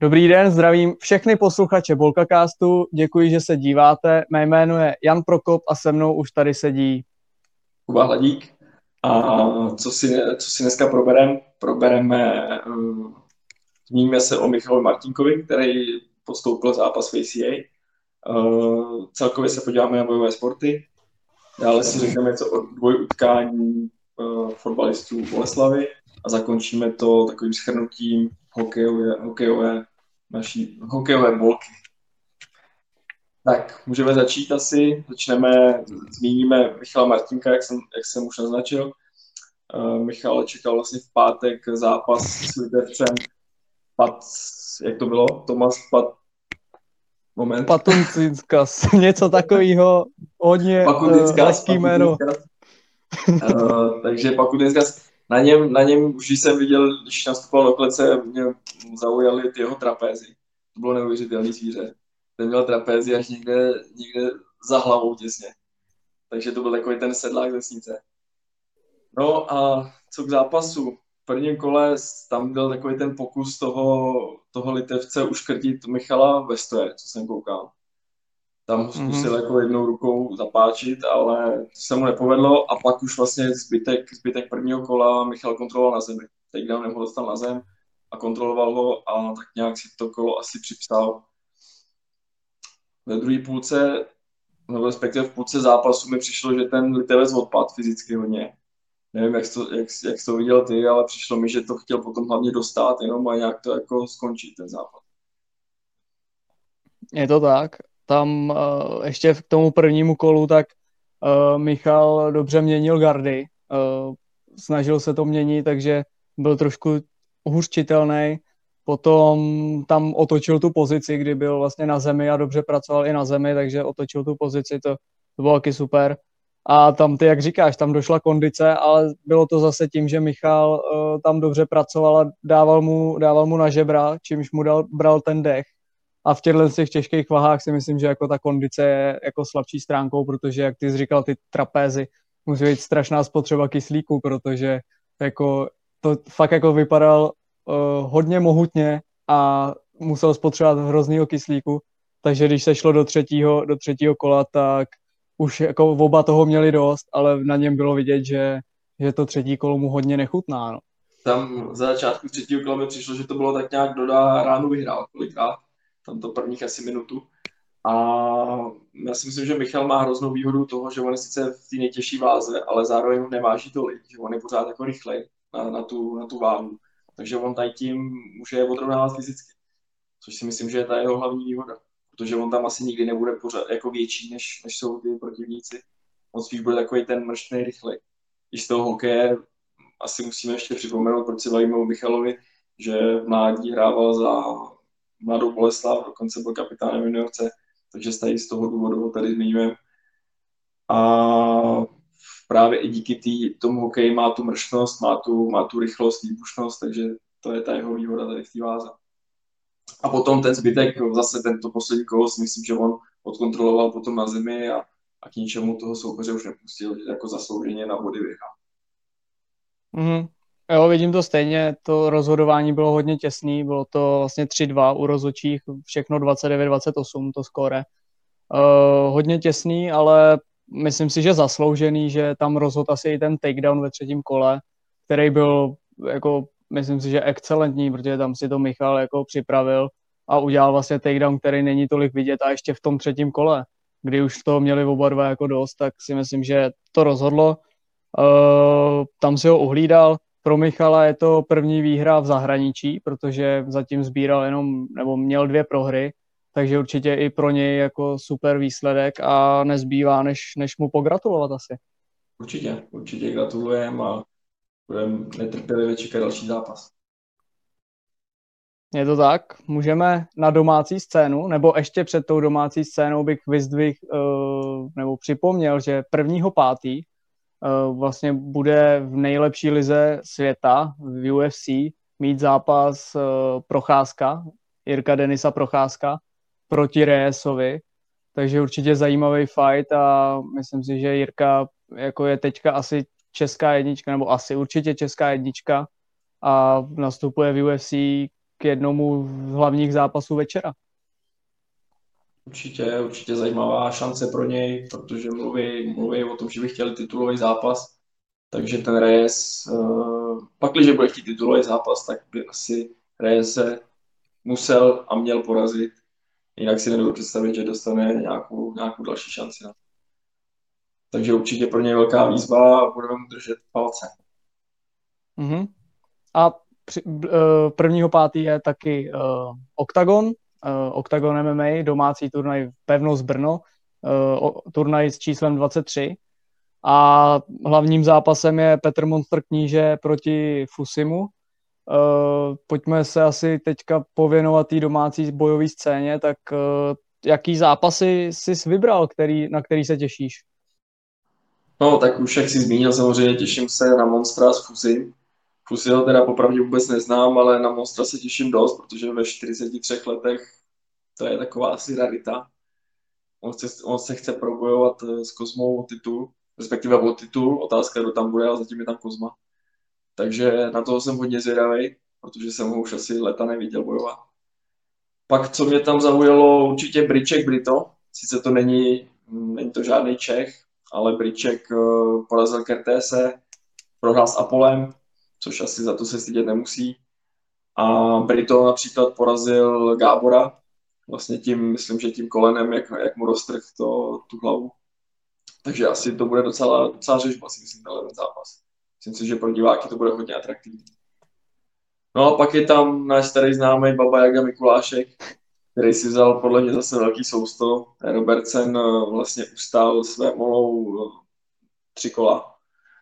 Dobrý den, zdravím všechny posluchače Bolkacastu, děkuji, že se díváte. Mé jméno je Jan Prokop a se mnou už tady sedí Kuba Hladík. A co si dneska probereme, zmíníme se o Michalovi Martinkovi, který podstoupil zápas v ACA. Celkově se podíváme na bojové sporty. Dále si řekneme něco o dvojutkání fotbalistů Boleslavy a zakončíme to takovým shrnutím hokejové bolky. Tak, můžeme začít asi. Zmíníme Michala Martinka, jak jsem už naznačil. Michal čekal vlastně v pátek zápas s Litevcem. Jak to bylo? Patuncinskas, něco takového, hodně hezký jméno. Takže Pakutinskas, na něm už jsem viděl, když nastupoval do klece, mě zaujaly ty jeho trapézy. To bylo neuvěřitelný zvíře. Ten měl trapézy až někde za hlavou těsně. Takže to byl takový ten sedlák z vesnice. No a co k zápasu? V prvním kole tam byl takový ten pokus toho Litevce uškrtit Michala ve stoje, co jsem koukal. Tam ho zkusil jako jednou rukou zapáčit, ale to se mu nepovedlo a pak už vlastně zbytek prvního kola Michal kontroloval na zemi. Takedownem ho dostal na zem a kontroloval ho a tak nějak si to kolo asi připsal. Ve druhé půlce, nebo respektive v půlce zápasu mi přišlo, že ten Litevec odpad fyzicky hodně. Nevím, jak jsi to viděl ty, ale přišlo mi, že to chtěl potom hlavně dostat jenom a nějak to jako skončit ten zápas. Je to tak. Tam ještě k tomu prvnímu kolu, tak Michal dobře měnil gardy. Snažil se to měnit, takže byl trošku hůř čitelný. Potom tam otočil tu pozici, kdy byl vlastně na zemi a dobře pracoval i na zemi, takže otočil tu pozici, to bylo taky super. A tam ty, jak říkáš, tam došla kondice, ale bylo to zase tím, že Michal tam dobře pracoval a dával mu na žebra, čímž mu bral ten dech. A v těch těžkých vahách si myslím, že jako ta kondice je jako slabší stránkou, protože, jak ty jsi říkal, ty trapézy, musí být strašná spotřeba kyslíku, protože jako to fakt jako vypadal hodně mohutně a musel spotřebovat hroznýho kyslíku, takže když se šlo do třetího kola, tak už jako oba toho měli dost, ale na něm bylo vidět, že to třetí kolo mu hodně nechutná. No. Tam za začátku třetího kola mi přišlo, že to bylo tak nějak Doda ráno vyhrál kolikrát, tam to prvních asi minutu. A já si myslím, že Michal má hroznou výhodu toho, že on je sice v té nejtěžší váze, ale zároveň neváží tolik, že on je pořád jako rychlej na tu váhu. Takže on tady tím může odrovnávat fyzicky, což si myslím, že je ta jeho hlavní výhoda. Protože on tam asi nikdy nebude pořád jako větší, než jsou ty protivníci. On spíš bude takový ten mrštnej, rychlej. I z toho hokeje asi musíme ještě připomenout, proč se bavíme o Michalovi, že v mládí hrával za Mladou Boleslav, dokonce byl kapitánem juniorce, takže z toho důvodu ho tady zmiňujeme. A právě i díky tomu hokeji má tu mršnost, má tu rychlost, výbušnost, takže to je ta jeho výhoda tady v té váze. A potom ten zbytek, zase tento poslední kolo si myslím, že on odkontroloval potom na zemi a k ničemu toho soupeře už nepustil, že jako zaslouženě na body vyhrál. Jo, vidím to stejně, to rozhodování bylo hodně těsný, bylo to vlastně 3-2 u rozhodčích, všechno 29-28 to skóre. Hodně těsný, ale myslím si, že zasloužený, že tam rozhodl asi i ten takedown ve třetím kole, který byl jako, myslím si, že excelentní, protože tam si to Michal jako připravil a udělal vlastně takedown, který není tolik vidět a ještě v tom třetím kole, kdy už to měli oba dva jako dost, tak si myslím, že to rozhodlo. Tam si ho uhlídal. Pro Michala je to první výhra v zahraničí, protože zatím sbíral nebo měl 2 prohry, takže určitě i pro něj jako super výsledek a nezbývá, než mu pogratulovat asi. Určitě gratulujeme a budeme netrpělivě čekat další zápas. Je to tak, můžeme na domácí scénu, nebo ještě před tou domácí scénou bych vyzdvihl nebo připomněl, že 1.5. vlastně bude v nejlepší lize světa v UFC mít zápas Procházka, Jirka Denisa Procházka proti Reyesovi, takže určitě zajímavý fight a myslím si, že Jirka jako je teďka asi česká jednička, nebo asi určitě česká jednička a nastupuje v UFC, k jednomu z hlavních zápasů večera. Určitě zajímavá šance pro něj, protože mluví o tom, že by chtěli titulový zápas. Takže ten Reyes, pakliže bude chtít titulový zápas, tak by asi Reyes se musel a měl porazit. Jinak si nedovedu představit, že dostane nějakou další šanci. No. Takže určitě pro něj velká výzva a budeme mu držet palce. Mm-hmm. A 1.5. je taky Octagon MMA, domácí turnaj Pevnost Brno, turnaj s číslem 23. A hlavním zápasem je Petr Monster Kníže proti Fusimu. Pojďme se asi teďka pověnovat té domácí bojové scéně, tak jaký zápasy jsi vybral, na který se těšíš? No, tak už jak jsi zmínil, samozřejmě těším se na Monstra s Fusim. Fusiho teda popravdě vůbec neznám, ale na Monstra se těším dost, protože ve 43 letech to je taková asi rarita. On se chce probojovat s Kozmou o titul, respektive o titul, otázka, kdo tam bude, a zatím je tam Kozma. Takže na toho jsem hodně zvědavý, protože jsem ho už asi leta neviděl bojovat. Pak, co mě tam zaujalo, určitě Briček Brito. Sice to není to žádný Čech, ale Briček porazil Kertése, prohrál s Apolem, což asi za to se stydět nemusí. A Brito například porazil Gábora, vlastně myslím, že tím kolenem, jak mu roztrh tu hlavu. Takže asi to bude docela řežba, si myslím, ten zápas. Myslím si, že pro diváky to bude hodně atraktivní. No a pak je tam náš starý známý Baba Jaga Mikulášek, který si vzal podle mě zase velký sousto. Robertsen vlastně ustál své molou 3 kola.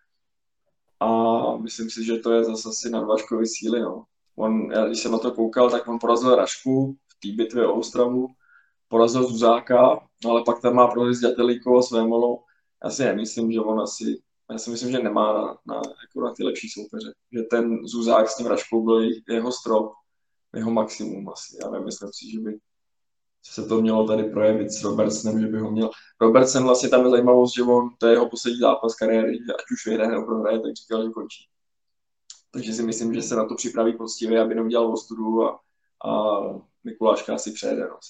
A myslím si, že to je zase asi nadvážkový síly. No. Když jsem na to koukal, tak on porazil Rašku v té bitvě o Ostravu, porazil Zuzáka, ale pak tam má prohry s Dětelíkou a své molou. Já si nemyslím, že já si myslím, že nemá na ty lepší soupeře. Že ten Zuzák s tím Raškou byl jeho strop, jeho maximum asi. Já nemyslím si, že by se to mělo tady projevit s Robertsonem, že by ho měl. Robertson vlastně tam je zajímavost, že to je jeho poslední zápas kariéry, ať už vyhraje nebo prohraje, tak říkal, že končí. Takže si myslím, že se na to připraví poctivě, aby neudělal ostudu a Mikuláška asi přejede. No.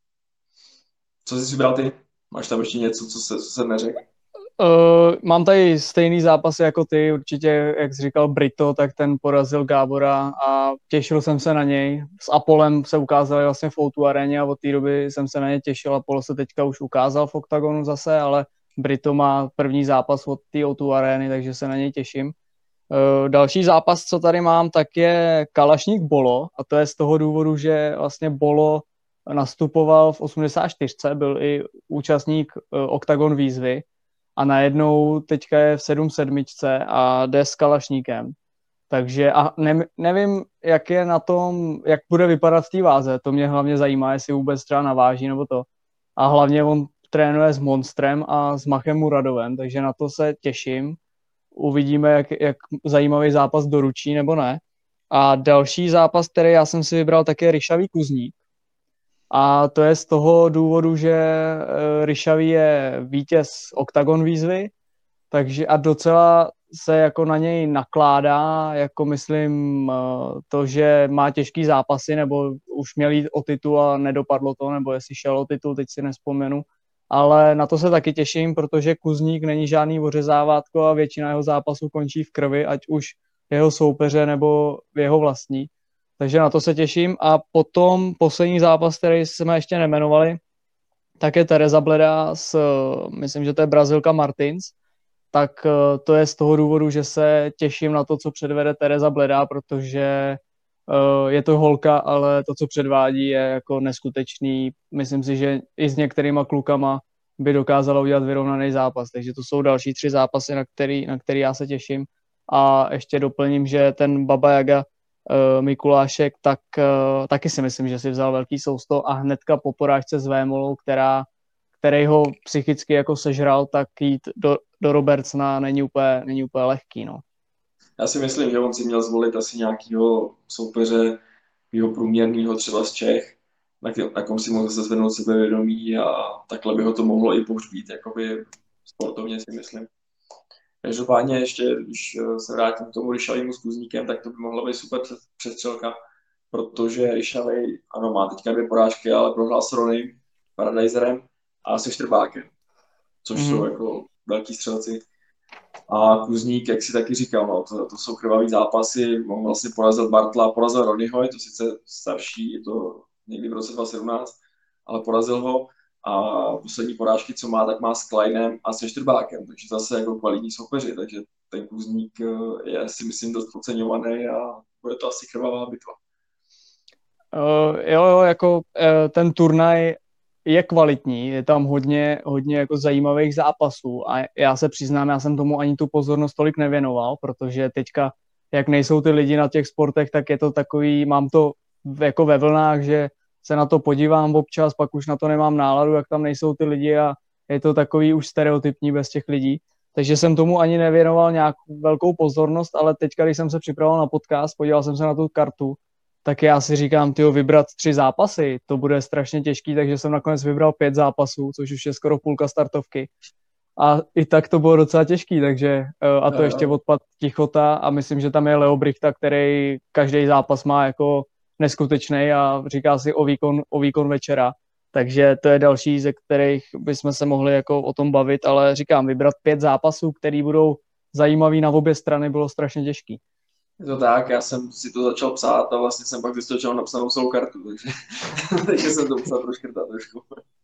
Co jsi vybral ty? Máš tam ještě něco, co se neřekl? Mám tady stejný zápasy jako ty, určitě, jak jsi říkal Brito, tak ten porazil Gábora a těšil jsem se na něj. S Apolem se ukázali vlastně v O2 aréně a od té doby jsem se na ně těšil. Apollo se teďka už ukázal v Octagonu zase, ale Brito má první zápas od té O2 arény, takže se na něj těším. Další zápas, co tady mám, tak je Kalašník Bolo a to je z toho důvodu, že vlastně Bolo nastupoval v 84, byl i účastník Octagon výzvy a najednou teďka je v 7-7 a jde s Kalašníkem. Takže nevím, jak je na tom, jak bude vypadat v té váze, to mě hlavně zajímá, jestli vůbec třeba naváží nebo to. A hlavně on trénuje s Monstrem a s Machem Muradovem, takže na to se těším. Uvidíme, jak zajímavý zápas doručí nebo ne. A další zápas, který já jsem si vybral, tak je Ryšavý Kuzník. A to je z toho důvodu, že Ryšavý je vítěz Octagon výzvy, takže a docela se jako na něj nakládá, jako myslím to, že má těžký zápasy, nebo už měl jít o titul a nedopadlo to, nebo jestli šel o titul, teď si nespomenu. Ale na to se taky těším, protože Kuzník není žádný ořezávátko a většina jeho zápasů končí v krvi, ať už jeho soupeře nebo jeho vlastní. Takže na to se těším. A potom poslední zápas, který jsme ještě nemenovali, tak je Tereza Bleda myslím, že to je Brazilka Martins. Tak to je z toho důvodu, že se těším na to, co předvede Tereza Bleda, protože je to holka, ale to, co předvádí, je jako neskutečný. Myslím si, že i s některýma klukama by dokázala udělat vyrovnaný zápas. Takže to jsou další 3 zápasy, na který já se těším. A ještě doplním, že ten Baba Jaga Mikulášek, tak taky si myslím, že si vzal velký sousto a hnedka po porážce s Vémolou, který ho psychicky jako sežral, tak jít do Robertsona není úplně lehký. No. Já si myslím, že on si měl zvolit asi nějakého soupeře, jeho průměrného třeba z Čech, na kom si mohl zase zvednout sebevědomí a takhle by ho to mohlo i pohřbít, jakoby sportovně si myslím. Každopádně ještě, když se vrátím k tomu Ryšavému s Kuzníkem, tak to by mohla být super přestřelka. protože Ryšavej, ano, má teďka 2 porážky, ale prohrál s Ronym, Paradizerem a se Štrbákem, což jsou Mhm. jako velký střelci. A Kuzník, jak si taky říkal, no, to jsou krvavý zápasy, on vlastně porazil Bartla, porazil Ronyho, je to sice starší, je to někdy v roce 2017, ale porazil ho a poslední porážky, co má, tak má s Kleinem a se Štrbákem, takže zase jako kvalitní soupeři, takže ten Kuzník je si myslím dost podceňovaný a bude to asi krvavá bitva. Jo, jako ten turnaj je kvalitní, je tam hodně jako zajímavých zápasů a já se přiznám, já jsem tomu ani tu pozornost tolik nevěnoval, protože teďka, jak nejsou ty lidi na těch sportech, tak je to takový, mám to jako ve vlnách, že se na to podívám občas, pak už na to nemám náladu, jak tam nejsou ty lidi a je to takový už stereotypní bez těch lidí. Takže jsem tomu ani nevěnoval nějakou velkou pozornost, ale teďka, když jsem se připravoval na podcast, podíval jsem se na tu kartu, tak já si říkám, vybrat 3 zápasy, to bude strašně těžký, takže jsem nakonec vybral 5 zápasů, což už je skoro půlka startovky. A i tak to bylo docela těžký, takže a to ještě odpad Tichota a myslím, že tam je Leo Brichta, který každý zápas má jako neskutečný a říká si o výkon večera. Takže to je další, ze kterých bychom se mohli jako o tom bavit, ale říkám, vybrat 5 zápasů, který budou zajímavý na obě strany, bylo strašně těžký. Je to tak, já jsem si to začal psát a vlastně jsem pak vystočil napsanou celou kartu, takže jsem to musel proškrtat trošku.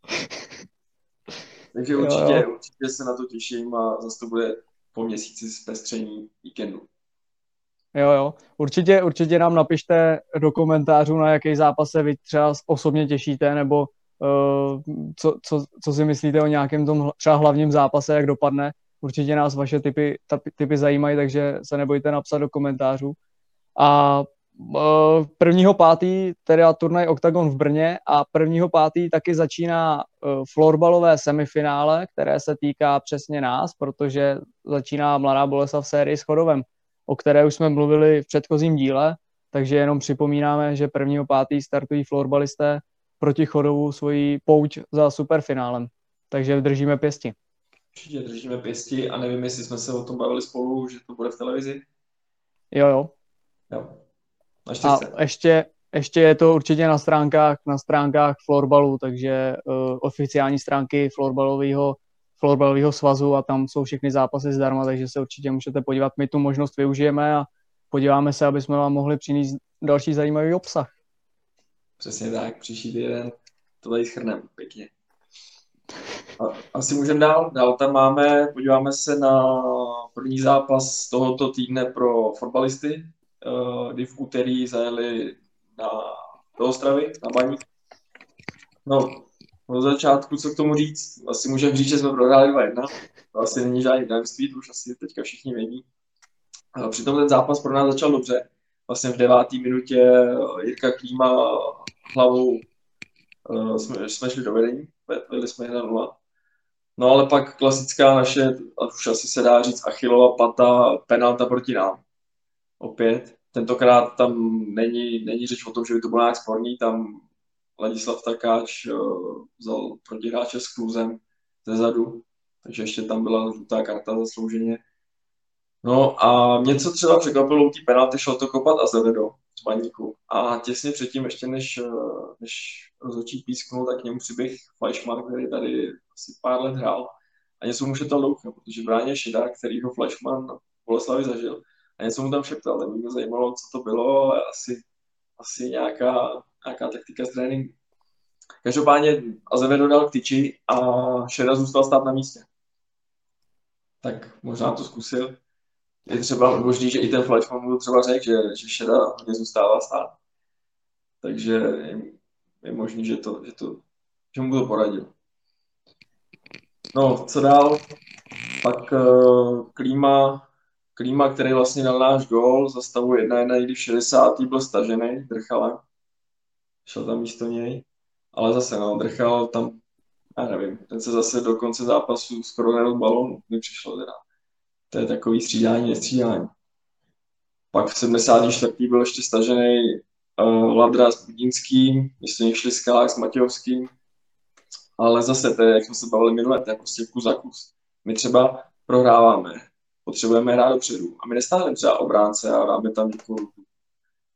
Takže určitě se na to těším a zase to bude po měsíci zpestření víkendu. Jo. Určitě nám napište do komentářů, na jaký zápas se vy třeba osobně těšíte, nebo co si myslíte o nějakém tom třeba hlavním zápase, jak dopadne. Určitě nás vaše typy zajímají, takže se nebojte napsat do komentářů. A 1.5. teda turnaj Octagon v Brně a 1.5. taky začíná florbalové semifinále, které se týká přesně nás, protože začíná Mladá Boleslav sérii s Chodovem, o které už jsme mluvili v předchozím díle, takže jenom připomínáme, že 1.5. startují florbalisté proti Chodovu svoji pouť za superfinálem. Takže držíme pěsti. Určitě držíme pěsti a nevím, jestli jsme se o tom bavili spolu, že to bude v televizi. Jo. A ještě je to určitě na stránkách florbalu, takže oficiální stránky florbalového svazu a tam jsou všechny zápasy zdarma, takže se určitě můžete podívat. My tu možnost využijeme a podíváme se, aby jsme vám mohli přinést další zajímavý obsah. Přesně tak, příští týden to tady shrneme pěkně. Asi můžeme dál. Dál tam podíváme se na první zápas tohoto týdne pro fotbalisty, kdy v úterý zajeli do Ostravy, na Baník. No, od začátku, co k tomu říct? Asi můžeme říct, že jsme prohráli 2-1. To asi není žádný tajemství, to už asi teďka všichni vědí. Přitom ten zápas pro nás začal dobře. Vlastně v 9. minutě Jirka Klíma hlavou jsme šli do vedení, vedli jsme 1-0. No ale pak klasická naše, a už asi se dá říct, Achillova pata, penalta proti nám. Opět. Tentokrát tam není řeč o tom, že by to bylo nějak sporný, tam Ladislav Takáč vzal protihráče s kluzem zezadu, takže ještě tam byla žlutá karta zaslouženě. No a mě co třeba překvapilo u té penalty, šlo to kopat Azevedo z Baníku. A těsně předtím, ještě než rozhodčí písknul, tak k němu přiběh Fleischmann, který tady asi pár let hrál. A něco mu šeptal do ucha, protože bráně Šida, kterýho Fleischmann v Boleslavi zažil. A něco mu tam šeptal, tak mě zajímalo, co to bylo, ale asi nějaká taktika z tréninku. Každopádně Azevedo dal k tyči a Šeda zůstal stát na místě. Tak možná to zkusil. Je třeba možný, že i ten Fleischmann mu to třeba řekl, že Šeda hodně zůstává stát. Takže je možný, že mu to poradil. No, co dál? Pak Klíma, který vlastně dal náš gól za stavu 1-1, když v 60. byl stažený Drchalem. Šel tam místo něj. Ale zase, Drchal tam, já nevím, ten se zase do konce zápasu skoro nedal balónu, mi přišlo teda. To je takový střídání, nestřídání. Pak v 74. byl ještě stažený Ladra s Budínským, místo nich šli Skalák s Matějovským. Ale zase, to je, jak jsme se bavili minule, to je prostě kus za kus. My třeba prohráváme, potřebujeme hrát dopředu a my nestáhneme třeba obránce a dáme tam někoho.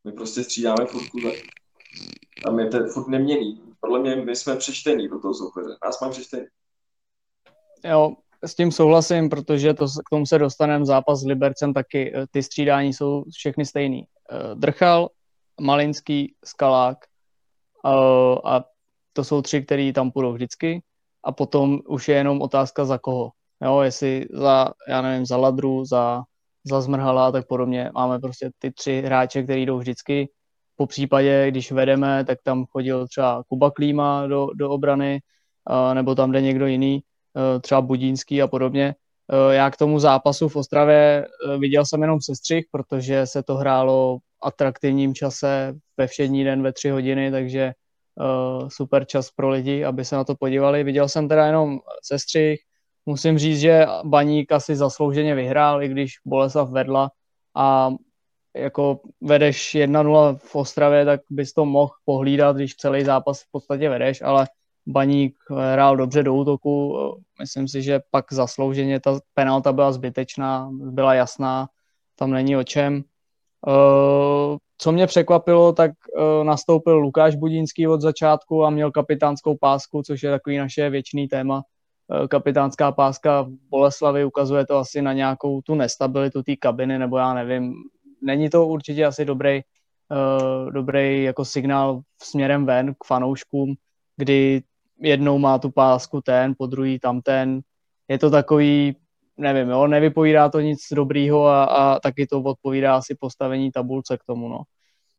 My prostě střídáme furt kůze. Tam je to furt neměný. Podle mě my jsme přečtení do toho soupeře. Nás máme přečtení. Jo, s tím souhlasím, protože k tomu se dostaneme. Zápas s Libercem taky. Ty střídání jsou všechny stejný. Drchal, Malinský, Skalák a to jsou 3, který tam půjdou vždycky. A potom už je jenom otázka za koho. Jo, jestli za, já nevím, za Ladru, za Zmrhala a tak podobně. Máme prostě ty 3 hráče, který jdou vždycky. Po případě, když vedeme, tak tam chodil třeba Kuba Klíma do obrany, nebo tam jde někdo jiný, třeba Budínský a podobně. Já k tomu zápasu v Ostravě viděl jsem jenom sestřih, protože se to hrálo v atraktivním čase ve všední den ve 3 hodiny, takže super čas pro lidi, aby se na to podívali. Viděl jsem teda jenom sestřih. Musím říct, že Baník asi zaslouženě vyhrál, i když Boleslav vedla a jako vedeš 1-0 v Ostravě, tak bys to mohl pohlídat, když celý zápas v podstatě vedeš, ale Baník hrál dobře do útoku. Myslím si, že pak zaslouženě ta penalta byla zbytečná, byla jasná, tam není o čem. Co mě překvapilo, tak nastoupil Lukáš Budínský od začátku a měl kapitánskou pásku, což je takový naše věčný téma. Kapitánská páska v Boleslavi, ukazuje to asi na nějakou tu nestabilitu té kabiny, nebo já nevím. Není to určitě asi dobrý jako signál směrem ven k fanouškům, kdy jednou má tu pásku ten, po druhý tamten. Je to takový, nevím, jo, nevypovídá to nic dobrýho a taky to odpovídá asi postavení tabulce k tomu, no.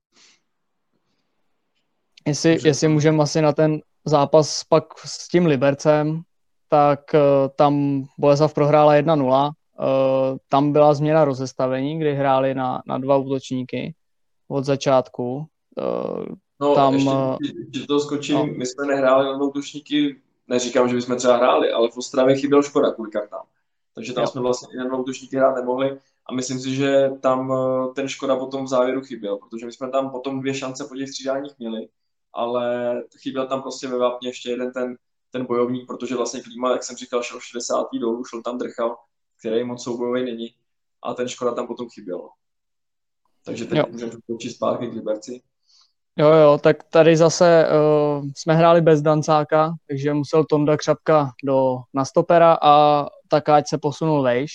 Jestli můžeme asi na ten zápas pak s tím Libercem, tak tam Boleslav prohrála 1-0. Tam byla změna rozestavení, kdy hráli na 2 útočníky od začátku. No, tam, ještě to skočím, no. My jsme nehráli na 2 útočníky, neříkám, že bychom třeba hráli, ale v Ostravě chyběl Škoda kvůli kartám. Takže tam jsme vlastně i na 2 útočníky hrát nemohli a myslím si, že tam ten Škoda potom v závěru chyběl, protože my jsme tam potom 2 šance po těch střídáních měli, ale chyběl tam prostě ve vápně ještě jeden ten bojovník, protože vlastně Klíma, jak jsem říkal, šel 60. dolů, šel tam Drchal, který moc soubojový není a ten Škoda tam potom chyběl. Takže teď můžeme skočit zpátky k Liberci. Jo, tak tady zase jsme hráli bez Dancáka, takže musel Tonda Křapka na stopera a Takáč se posunul vejš.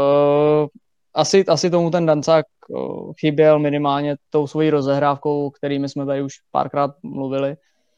Asi tomu ten Dancák chyběl minimálně tou svojí rozehrávkou, o kterými jsme tady už párkrát mluvili.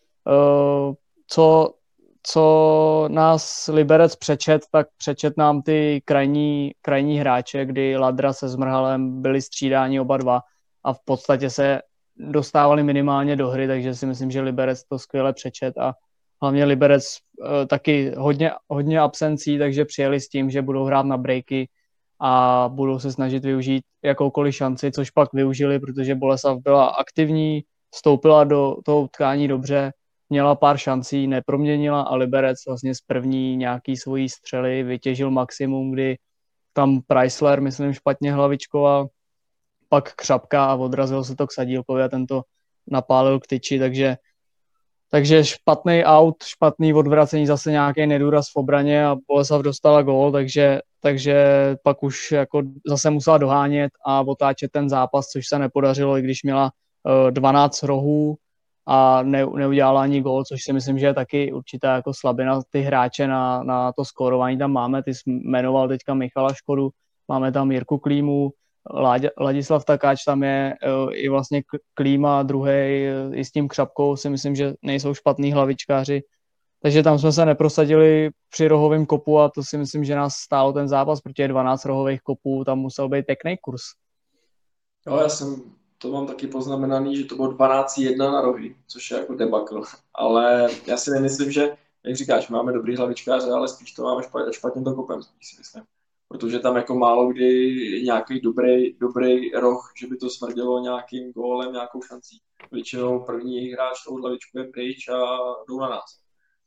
Co nás Liberec tak přečet nám ty krajní hráče, kdy Ladra se Zmrhalem byli střídáni oba dva a v podstatě se dostávali minimálně do hry, takže si myslím, že Liberec to skvěle přečet a hlavně Liberec taky hodně absencí, takže přijeli s tím, že budou hrát na breaky a budou se snažit využít jakoukoliv šanci, což pak využili, protože Boleslav byla aktivní, vstoupila do toho utkání dobře, měla pár šancí, neproměnila a Liberec vlastně z první nějaký svojí střely vytěžil maximum, kdy tam Preissler, myslím, špatně hlavičkoval, pak Křapka a odrazil se to k Sadílkovi a tento napálil k tyči, takže špatný out, špatný odvracení, zase nějaký nedůraz v obraně a Boleslav dostala gól, takže pak už jako zase musela dohánět a otáčet ten zápas, což se nepodařilo, i když měla 12 rohů a neudělala ani gól, což si myslím, že je taky určitá jako slabina ty hráče na to skórování tam máme. Ty jsi jmenoval teďka Michala Škodu, máme tam Jirku Klímu, Ladislav Takáč tam je, i vlastně Klíma druhej, i s tím Křapkou si myslím, že nejsou špatný hlavičkáři. Takže tam jsme se neprosadili při rohovém kopu a to si myslím, že nás stálo ten zápas, protože 12 rohových kopů, tam musel být pěkný kurz. Jo, to mám taky poznamenaný, že to bylo 12-1 na rohy, což je jako debakl. Ale já si nemyslím, že, jak říkáš, máme dobrý hlavičkáře, ale spíš to máme špatně to kopem, spíš si myslím. Protože tam jako málo kdy nějaký dobrý roh, že by to smrdělo nějakým gólem, nějakou šancí. Většinou první hráč tou hlavičku je pryč a jdou na nás.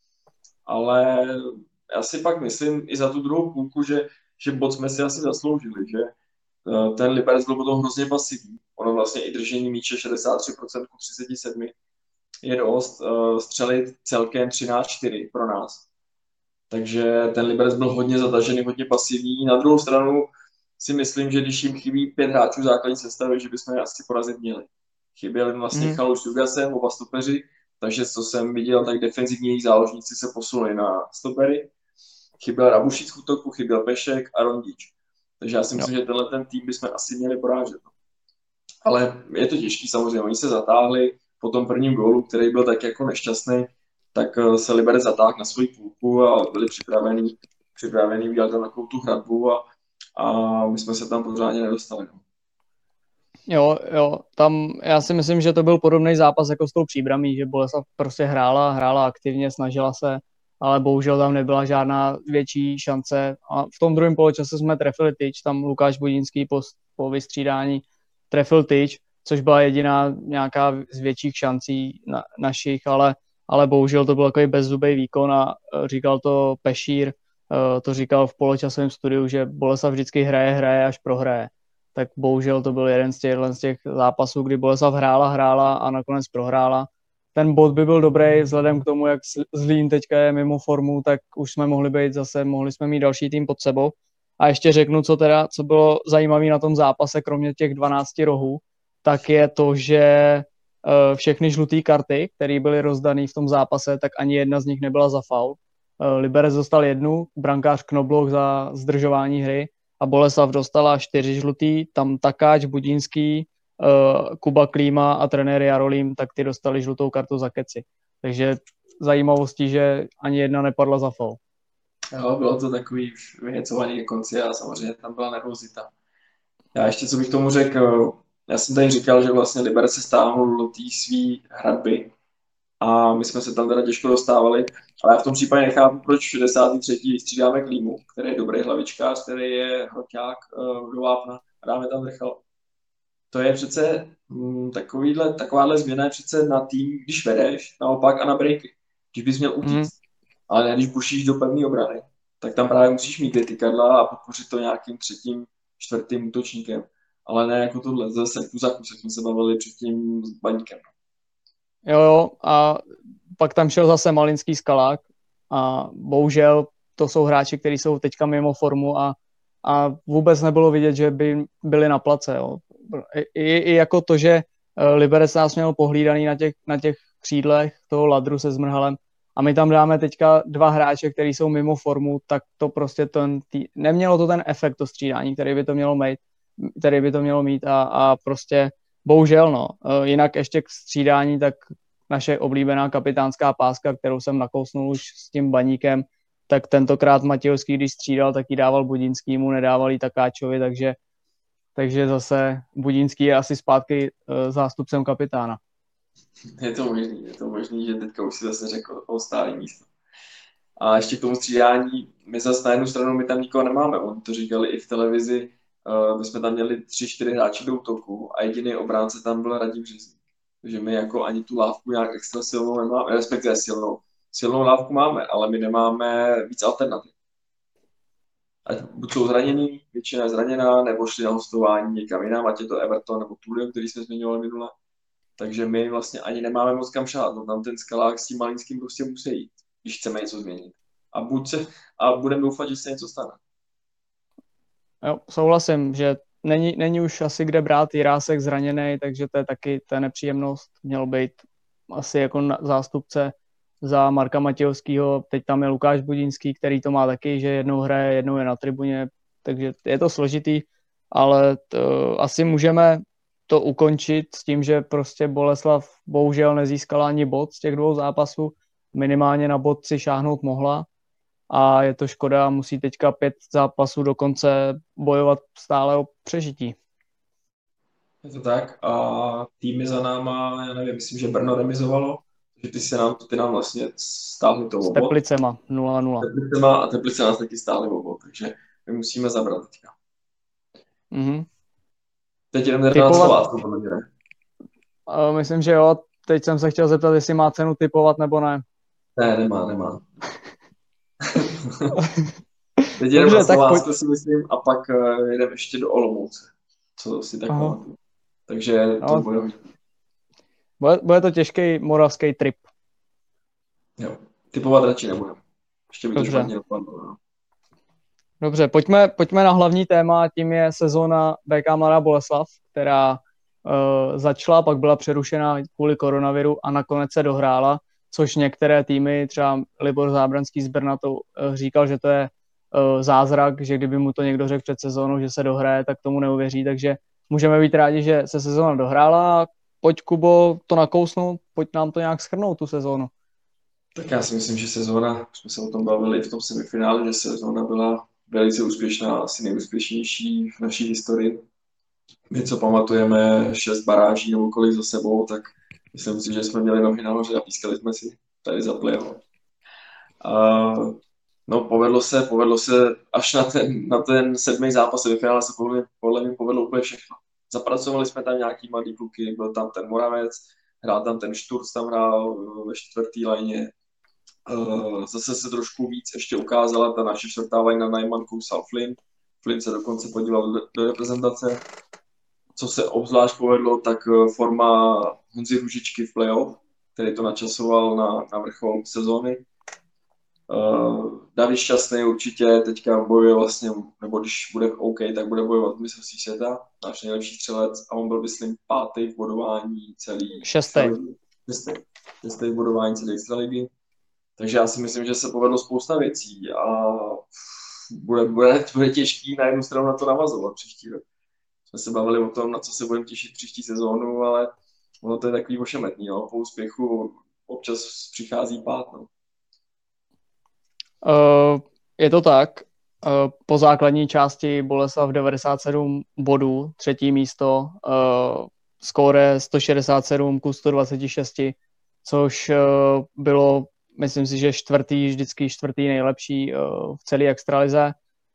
Ale já si pak myslím i za tu druhou půlku, že bod jsme si asi zasloužili, že ten Liberec byl potom hrozně pasivní. Ono vlastně i držení míče 63% ku 37 je dost. Střelit celkem 13-4 pro nás. Takže ten Liberec byl hodně zatažený, hodně pasivní. Na druhou stranu si myslím, že když jim chybí 5 hráčů základní sestavy, že bychom je asi porazit měli. Chyběl jim vlastně Chaluš s Dugasem, oba stopeři, takže co jsem viděl, tak defenzivní záložníci se posunuli na stopery. Chyběl Rabušic v útoku, chyběl Pešek a Rondič. Takže já si myslím, že tenhle ten tým bychom asi měli porážet. Ale je to těžký samozřejmě, oni se zatáhli po tom prvním gólu, který byl tak jako nešťastný, tak se Liberec zatáhl na svoji půlku a byli připraveni udělat tam takovou tu hradbu a my jsme se tam pořádně nedostali. No. Jo, tam já si myslím, že to byl podobný zápas jako s tou Příbramí, že Boleslav prostě hrála aktivně, snažila se, ale bohužel tam nebyla žádná větší šance a v tom druhém poločase jsme trefili tyč, tam Lukáš Budínský po vystřídání trefil tyč, což byla jediná nějaká z větších šancí našich, ale bohužel to byl takový bezzubý výkon a říkal to Pešír, to říkal v poločasovém studiu, že Boleslav vždycky hraje, až prohraje. Tak bohužel to byl jeden z těch zápasů, kdy Boleslav hrála a nakonec prohrála. Ten bod by byl dobrý vzhledem k tomu, jak Zlín teďka je mimo formu, tak už jsme mohli jsme mít další tým pod sebou. A ještě řeknu, co bylo zajímavé na tom zápase, kromě těch 12 rohů, tak je to, že všechny žluté karty, které byly rozdané v tom zápase, tak ani jedna z nich nebyla za faul. Liberec dostal 1, brankář Knobloch za zdržování hry a Boleslav dostala 4 žlutý, tam Takáč, Budínský, Kuba Klíma a trenér Jarolím, tak ty dostali žlutou kartu za keci. Takže zajímavostí, že ani jedna nepadla za faul. Jo, bylo to takový už vyhecovaný ke konci a samozřejmě tam byla nervozita. Já ještě, co bych tomu řekl, já jsem tady říkal, že vlastně Liberec se stáhnul do té svý hradby a my jsme se tam teda těžko dostávali, ale já v tom případě nechápu, proč v 63. střídáme Klímu, který je dobrý hlavičkář, který je hroťák do vápna a dáme tam Drchal. To je přece takováhle změna je přece na tým, když vedeš, naopak a na breaky. Když bys měl utíct, ale ne, když bušíš do pevné obrany, tak tam právě musíš mít ty kadla a podpořit to nějakým 3., 4. útočníkem. Ale ne jako tohle, zase kus za kus, jak jsme se bavili předtím s Baníkem. Jo, a pak tam šel zase Malinský Skalák a bohužel to jsou hráči, kteří jsou teďka mimo formu a vůbec nebylo vidět, že by byli na place. Jo. I jako to, že Liberec nás měl pohlídaný na těch křídlech toho Ladru se Zmrhalem a my tam dáme teďka 2 hráče, kteří jsou mimo formu, tak to prostě nemělo to ten efekt, to střídání, který by to mělo mít a prostě bohužel, no. Jinak ještě k střídání, tak naše oblíbená kapitánská páska, kterou jsem nakousnul už s tím Baníkem, tak tentokrát Matějovský, když střídal, tak ji dával Budínskýmu, nedával ji Takáčovi, takže zase Budínský je asi zpátky zástupcem kapitána. Je to možný, že teďka už si zase řekl o stálý místo. A ještě k tomu střídání, my zase na jednu stranu my tam nikoho nemáme, oni to říkali i v televizi, my jsme tam měli 3-4 hráči do útoku a jediný obránce tam byl Radim Březník. Takže my jako ani tu lávku nějak extra silnou nemáme, respektive silnou lávku máme, ale my nemáme víc alternativ. Ať buď jsou zranění, většina je zraněná, nebo šli na hostování někam jinam, ať je to Everton nebo Tullio, který jsme zmiňovali minule. Takže my vlastně ani nemáme moc kam šát, no tam ten Skalák s tím Malinským prostě musí jít, když chceme něco změnit. A budeme doufat, že se něco stane. Jo, souhlasím, že není už asi kde brát, Jirásek zraněný, takže to je taky ta nepříjemnost. Měl být asi jako zástupce za Marka Matějovského. Teď tam je Lukáš Budínský, který to má taky, že jednou hraje, jednou je na tribuně, takže je to složitý, ale asi můžeme to ukončit s tím, že prostě Boleslav bohužel nezískala ani bod z těch 2 zápasů. Minimálně na bod si šáhnout mohla. A je to škoda, musí teďka 5 zápasů do konce bojovat stále o přežití. Je to tak a týmy za náma, já nevím, myslím, že Brno remizovalo, že ty nám vlastně stáhli to obod. S Teplicema 0-0. A Teplice nás taky stáhli obod, takže my musíme zabrat teďka. Mm-hmm. Teď jdeme na Slovácku, podle mě. Myslím, že jo. Teď jsem se chtěl zeptat, jestli má cenu tipovat nebo ne. Ne, nemá. Teď jdeme na Slovácku, si myslím, a pak jdeme ještě do Olomouce. Co si tak pamatuju. Takže to bude to těžký moravský trip. Jo, tipovat radši nebudem. Ještě by to špatně dopadlo. Dobře, pojďme na hlavní téma, tím je sezóna BK Mladá Boleslav, která začala, pak byla přerušena kvůli koronaviru a nakonec se dohrála, což některé týmy, třeba Libor Zábranský z Brna to říkal, že to je zázrak, že kdyby mu to někdo řekl před sezónou, že se dohraje, tak tomu neuvěří, takže můžeme být rádi, že se sezóna dohrála. Pojď, Kubo, to nakousnout, pojď nám to nějak shrnout, tu sezónu. Tak já si myslím, že sezóna, jsme se o tom bavili v tom semifinále, že sezóna byla velice úspěšná, asi nejúspěšnější v naší historii. My, co pamatujeme 6 baráží nebo kolik za sebou, tak myslím si, že jsme měli nohy nahoře a pískali jsme si tady za playoff. No, povedlo se až na ten 7. zápas ve finále se podle mě povedlo úplně všechno. Zapracovali jsme tam nějaký mladý kluky, byl tam ten Moravec, hrál tam ten Šturc, tam hrál ve 4. lajně. Zase se trošku víc ještě ukázala ta naše 4. lajna Najman, Kousal, Flynn. Flynn se dokonce podíval do reprezentace. Co se obzvlášť povedlo, tak forma Honzy Růžičky v playoff, který to načasoval na vrchol sezóny. David Šťastný určitě teďka bojuje vlastně, nebo když bude OK, tak bude bojovat v mistrovství světa, náš nejlepší střelec, a on byl, myslím, 5. v bodování celý... 6. 6. v bodování celé extraligy. Takže já si myslím, že se povedlo spousta věcí a bude těžký na jednu stranu na to navazovat příští rok. Jsme se bavili o tom, na co se budeme těšit příští sezónu, ale ono to je takový ošemetný, no. Po úspěchu občas přichází pád, no. Je to tak. Po základní části Boleslav 97 bodů, 3. místo, skóre 167 ku 126, což bylo, myslím si, že vždycky čtvrtý nejlepší v celé extralize.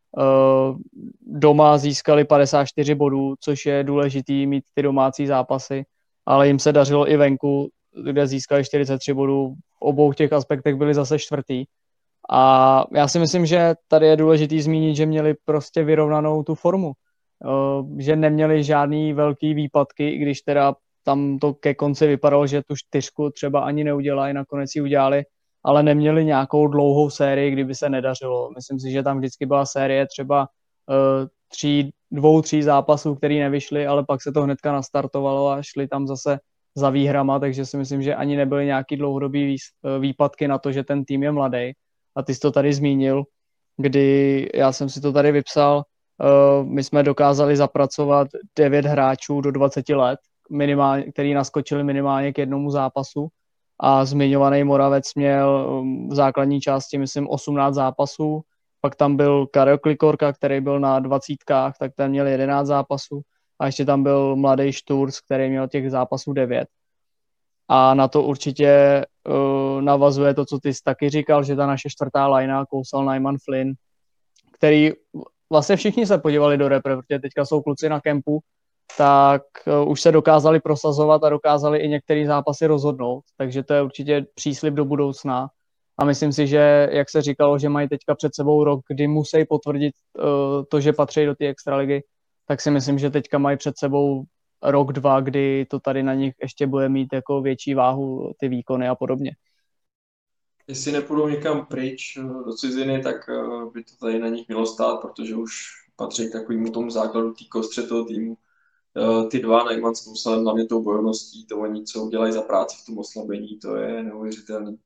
Doma získali 54 bodů, což je důležitý mít ty domácí zápasy, ale jim se dařilo i venku, kde získali 43 bodů. V obou těch aspektech byli zase čtvrtý. A já si myslím, že tady je důležitý zmínit, že měli prostě vyrovnanou tu formu. Že neměli žádný velký výpadky, i když teda tam to ke konci vypadalo, že tu 4 třeba ani neudělají, nakonec ji udělali, ale neměli nějakou dlouhou sérii, kdyby se nedařilo. Myslím si, že tam vždycky byla série třeba 2-3 zápasů, který nevyšly, ale pak se to hnedka nastartovalo a šli tam zase za výhrama, takže si myslím, že ani nebyly nějaký dlouhodobý výpadky na to, že ten tým je mladý. A ty jsi to tady zmínil, kdy já jsem si to tady vypsal, my jsme dokázali zapracovat 9 hráčů do 20 let, který naskočili minimálně k jednomu zápasu, a zmiňovaný Moravec měl v základní části, myslím, 18 zápasů, pak tam byl Karel Klikorka, který byl na 20, tak ten měl 11 zápasů, a ještě tam byl mladý Šturc, který měl těch zápasů 9. A na to určitě navazuje to, co ty jsi taky říkal, že ta naše 4. lajna, Kousal, Najman, Flynn, který vlastně všichni se podívali do repre, protože teďka jsou kluci na kempu, tak už se dokázali prosazovat a dokázali i některé zápasy rozhodnout, takže to je určitě příslib do budoucna. A myslím si, že, jak se říkalo, že mají teďka před sebou rok, kdy musí potvrdit to, že patří do té extraligy, tak si myslím, že teďka mají před sebou rok, 2, kdy to tady na nich ještě bude mít jako větší váhu ty výkony a podobně. Jestli nepůjdou někam pryč do ciziny, tak by to tady na nich mělo stát, protože už patří k takovému tomu základu té kostře toho týmu. Ty 2, Najman s Kousalem, hlavně tou bojovností, to oni, co udělají za práci v tom oslabení, to je neuvěřitelný.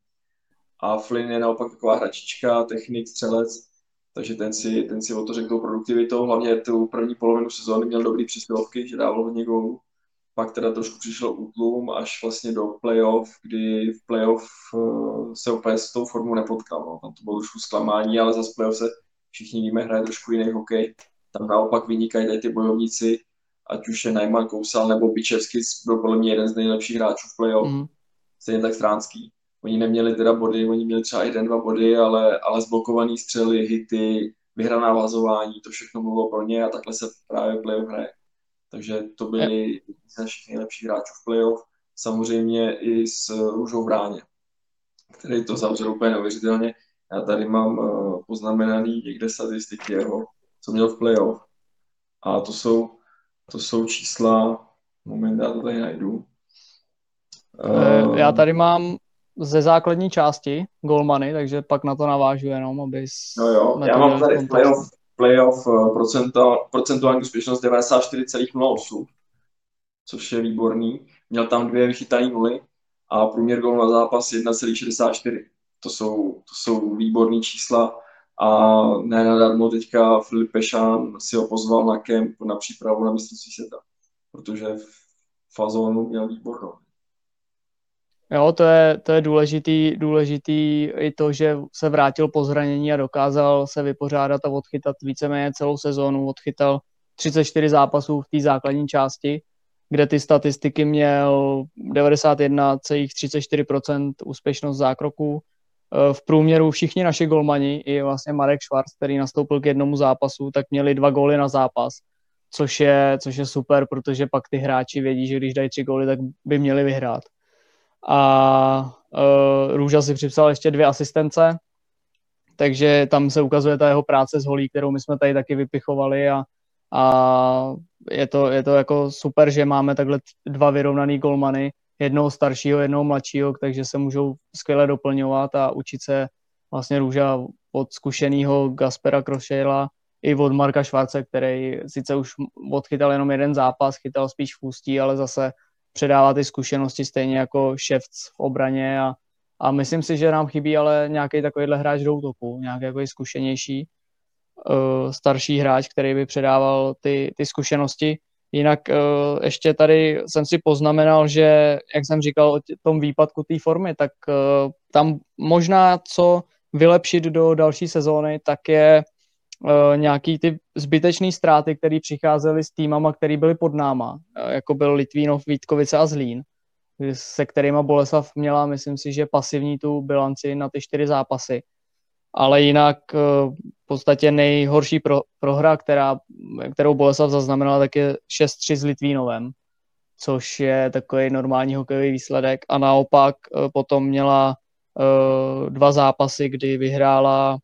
A Flynn je naopak taková hračička, technik, střelec, takže ten si o to řekl tou produktivitou, hlavně tu první polovinu sezóny měl dobrý přesilovky, že dával hodně gólů. Pak teda trošku přišel útlum až vlastně do playoff, kdy v playoff se úplně s tou formou nepotkal. No. Tam to bylo trošku zklamání, ale zase playoff se všichni víme, hraje trošku jiný hokej. Tam naopak vynikají tady ty bojovníci, ať už je Najman, Kousal nebo Bičevský, byl podle mě jeden z nejlepších hráčů v playoff. Stejně tak Stránský. Oni neměli teda body, oni měli třeba 1-2 body, ale zblokovaný střely, hity, vyhraná vazování, to všechno bylo pro ně a takhle se právě playoff hraje. Takže to byli z našich nejlepších hráčů v playoff. Samozřejmě i s Růžou v bráně, který to zavřel úplně neuvěřitelně. Já tady mám poznamenaný někde statistiky jeho, co měl v playoff. A to jsou čísla, moment, já to tady najdu. Já tady mám ze základní části golmany, takže pak na to navážu jenom, abys... No jo, já mám tady playoff procentuální úspěšnost 94,08. což je výborný. Měl tam 2 vychytané goly a průměr gól na zápas 1,64. To jsou výborné čísla a ne nadarmo teďka Filip Pešán si ho pozval na kemp na přípravu na mistrovství světa, protože v fazónu měl výbornou. Jo, to je důležitý i to, že se vrátil po zranění a dokázal se vypořádat a odchytat víceméně celou sezónu. Odchytal 34 zápasů v té základní části, kde ty statistiky měl 91,34% úspěšnost zákroků. V průměru všichni naši golmani, i vlastně Marek Schwarz, který nastoupil k jednomu zápasu, tak měli 2 góly na zápas, což je super, protože pak ty hráči vědí, že když dají 3 góly, tak by měli vyhrát. A Růža si připsal ještě 2 asistence, takže tam se ukazuje ta jeho práce s holí, kterou my jsme tady taky vypichovali a je to jako super, že máme takhle 2 vyrovnaný golmany, jednoho staršího, jednoho mladšího, takže se můžou skvěle doplňovat a učit se vlastně Růža od zkušeného Gaspera Krošejla i od Marka Švarce, který sice už odchytal jenom jeden zápas, chytal spíš v ústí, ale zase předává ty zkušenosti stejně jako Ševc v obraně a myslím si, že nám chybí ale nějaký takovýhle hráč do útoku, nějaký jako zkušenější starší hráč, který by předával ty zkušenosti. Jinak ještě tady jsem si poznamenal, že, jak jsem říkal o tom výpadku té formy, tak tam možná co vylepšit do další sezóny, tak je nějaký ty zbytečné ztráty, které přicházely s týmama, které byly pod náma, jako byl Litvínov, Vítkovice a Zlín, se kterýma Boleslav měla, myslím si, že pasivní tu bilanci na ty 4 zápasy. Ale jinak v podstatě nejhorší prohra, kterou Boleslav zaznamenala, tak je 6-3 s Litvínovem, což je takový normální hokejový výsledek. A naopak potom měla 2 zápasy, kdy vyhrála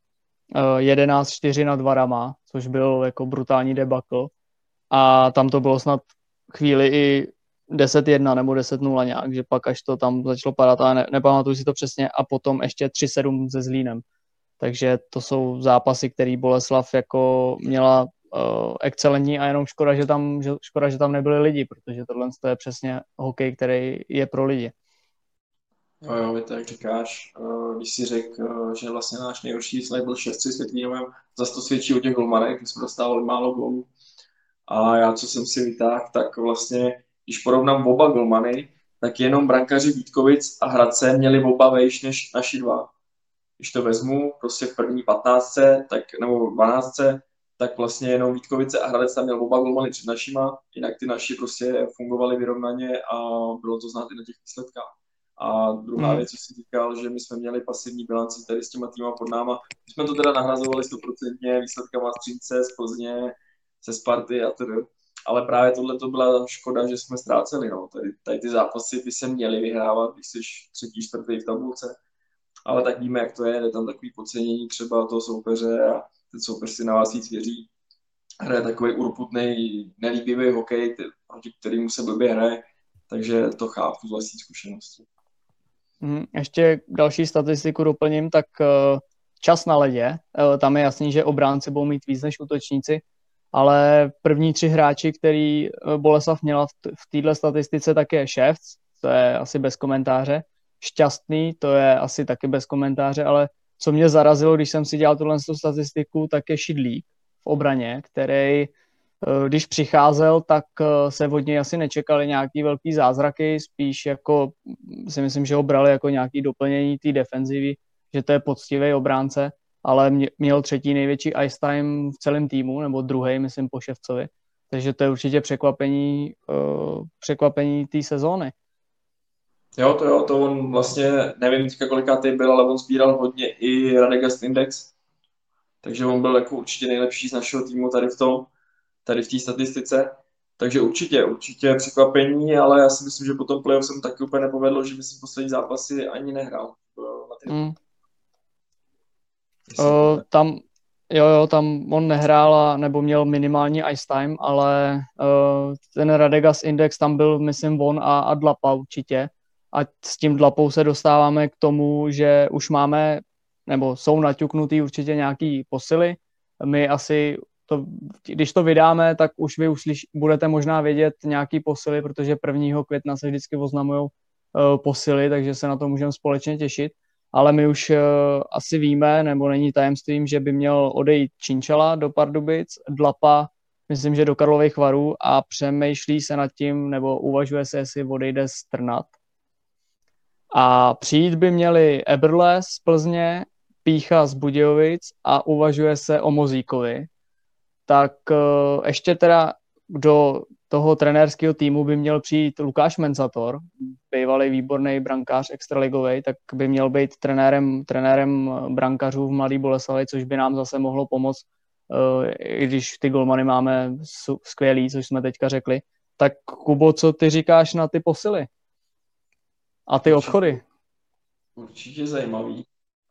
11-4 nad Varama, což byl jako brutální debakl. A tam to bylo snad chvíli i 10-1 nebo 10-0 nějak, že pak až to tam začalo padat, ale nepamatuju si to přesně, a potom ještě 3-7 se Zlínem. Takže to jsou zápasy, který Boleslav jako měla excelentní a jenom škoda, že tam nebyli lidi, protože tohle je přesně hokej, který je pro lidi. Jo, to jak říkáš, když si řekl, že vlastně náš nejhorší výsledek byl 6-3 s Litvínovem, zase to svědčí o těch golmanech, my jsme dostávali málo gólů. A já, co jsem si vytáhl, tak vlastně, když porovnám oba golmany, tak jenom brankaři Vítkovic a Hradce měli oba vejš než naši 2. Když to vezmu, prostě v první 15, tak, nebo 12, tak vlastně jenom Vítkovice a Hradec tam měl oba golmany před našima, jinak ty naši prostě fungovali vyrovnaně a bylo to znát i na těch výsledkách. A druhá věc, co jsi říkal, že my jsme měli pasivní bilanci tady s těma týma pod náma. My jsme to teda nahrazovali 100% výsledkama z Třince, z Plzně, ze Sparty a tedy. Ale právě tohle to byla škoda, že jsme ztráceli. No. Tady ty zápasy by se měly vyhrávat, když jsi 3., 4. v tabulce. Ale tak víme, jak to je tam takový podcenění třeba toho soupeře a ten soupeř si na vás víc věří. Hraje takový urputný, nelíbivý hokej, proti kterému se blbě hraje, takže to chápu z vlastní zkušenosti. Ještě další statistiku doplním, tak čas na ledě, tam je jasný, že obránci budou mít víc než útočníci, ale první 3 hráči, který Boleslav měla v této statistice, tak je Ševc, to je asi bez komentáře, Šťastný, to je asi taky bez komentáře, ale co mě zarazilo, když jsem si dělal tuhle statistiku, tak je Šidlík v obraně, který když přicházel, tak se od něj asi nečekali nějaký velký zázraky, spíš jako si myslím, že ho brali jako nějaký doplnění té defenzivy, že to je poctivý obránce, ale měl 3. největší ice time v celém týmu, nebo 2., myslím, po Ševcovi. Takže to je určitě překvapení té sezóny. Jo, to on vlastně, nevím teďka kolikátý byl, ale on sbíral hodně i Radegast Index, takže on byl jako určitě nejlepší z našeho týmu tady v té statistice. Takže určitě překvapení, ale já si myslím, že po tom playoff jsem taky úplně nepovedlo, že by si poslední zápasy ani nehrál. Tam on nehrál nebo měl minimální ice time, ale ten Radegas Index tam byl, myslím, on a Dlapa určitě. A s tím Dlapou se dostáváme k tomu, že už máme, nebo jsou naťuknutý určitě nějaký posily. My asi když to vydáme, tak už vy budete možná vědět nějaký posily, protože 1. května se vždycky oznamují posily, takže se na to můžeme společně těšit. Ale my už asi víme, nebo není tajemstvím, že by měl odejít Chinchilla do Pardubic, Dlapa, myslím, že do Karlových Varů a přemýšlí se nad tím, nebo uvažuje se, jestli odejde z Trnad. A přijít by měli Eberle z Plzně, Pícha z Budějovic a uvažuje se o Mozíkovi. Tak ještě teda do toho trenérského týmu by měl přijít Lukáš Menzator, bývalý výborný brankář extraligový, tak by měl být trenérem brankařů v Mladé Boleslavi, což by nám zase mohlo pomoct, i když ty golmany máme skvělý, což jsme teďka řekli. Tak Kubo, co ty říkáš na ty posily? A ty odchody? Určitě zajímavý.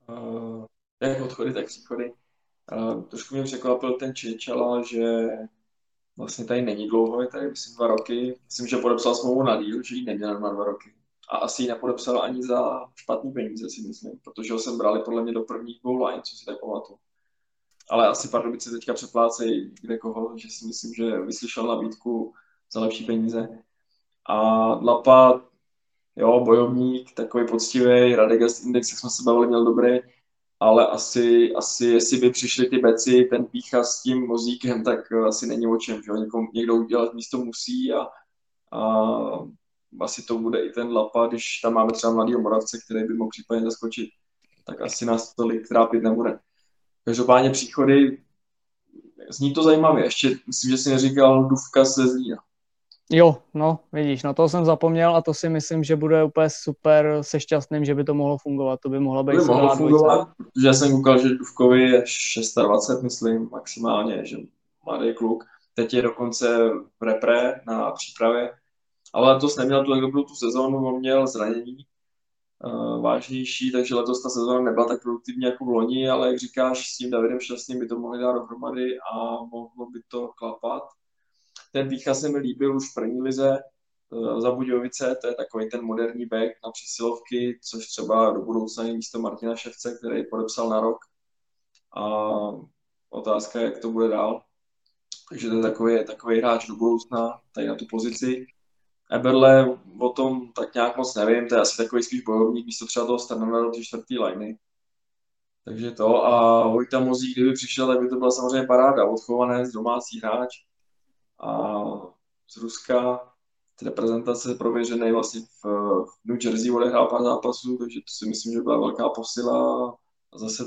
Jak odchody, tak příchody. Trošku mě překvapil ten Chinchilla, že vlastně tady není dlouho, je tady myslím 2 roky. Myslím, že podepsal smlouvu na díl, že ji neměl na 2 roky. A asi ji nepodepsal ani za špatný peníze, si myslím, protože ho sem brali podle mě do prvních 2 line, co si tak pamatuju. Ale asi Pardubice teďka přeplácejí kde koho, že si myslím, že vyslyšel nabídku za lepší peníze. A Dlapa, jo, bojovník, takový poctivý, Radegast Index, jak jsme se bavili, měl dobrý, ale asi jestli by přišli ty beci, ten Pícha s tím Mozíkem, tak asi není o čem, že někdo udělat místo musí a asi to bude i ten Dlapa, když tam máme třeba mladýho Moravce, který by mohl případně zaskočit, tak asi nás tolik trápit nebude. Každopádně příchody, zní to zajímavě, ještě myslím, že si neříkal Dufka ze Zlína. Jo, no, vidíš, na to jsem zapomněl a to si myslím, že bude úplně super se šťastným, že by to mohlo fungovat. To by mohlo být skvělá dvojice. Protože já jsem koukal, že Dufkovi je 26, myslím, maximálně, že mladý kluk. Teď je dokonce v repre na přípravě, ale letos neměl tolik dobrou tu sezónu, on měl zranění vážnější, takže letos ta sezóna nebyla tak produktivní jako v loni, ale jak říkáš, s tím Davidem Šťastným by to mohli dát dohromady a mohlo by to klapat. Ten Pícha se mi líbil už v první lize za Budějovice, to je takový ten moderní back na přesilovky, což třeba do budoucna je místo Martina Ševce, který podepsal na rok. A otázka je, jak to bude dál. Takže to je takový hráč do budoucna, tady na tu pozici. Eberle o tom tak nějak moc nevím, to je asi takový spíš bojovník, místo třeba toho Sternera do té 4. liney. Takže to a Vojta Mozík, kdyby přišel, tak by to byla samozřejmě paráda, odchovaný domácí hráč. A z Ruska z reprezentace prověřený vlastně v New Jersey odehrál pár zápasů, takže to si myslím, že byla velká posila a zase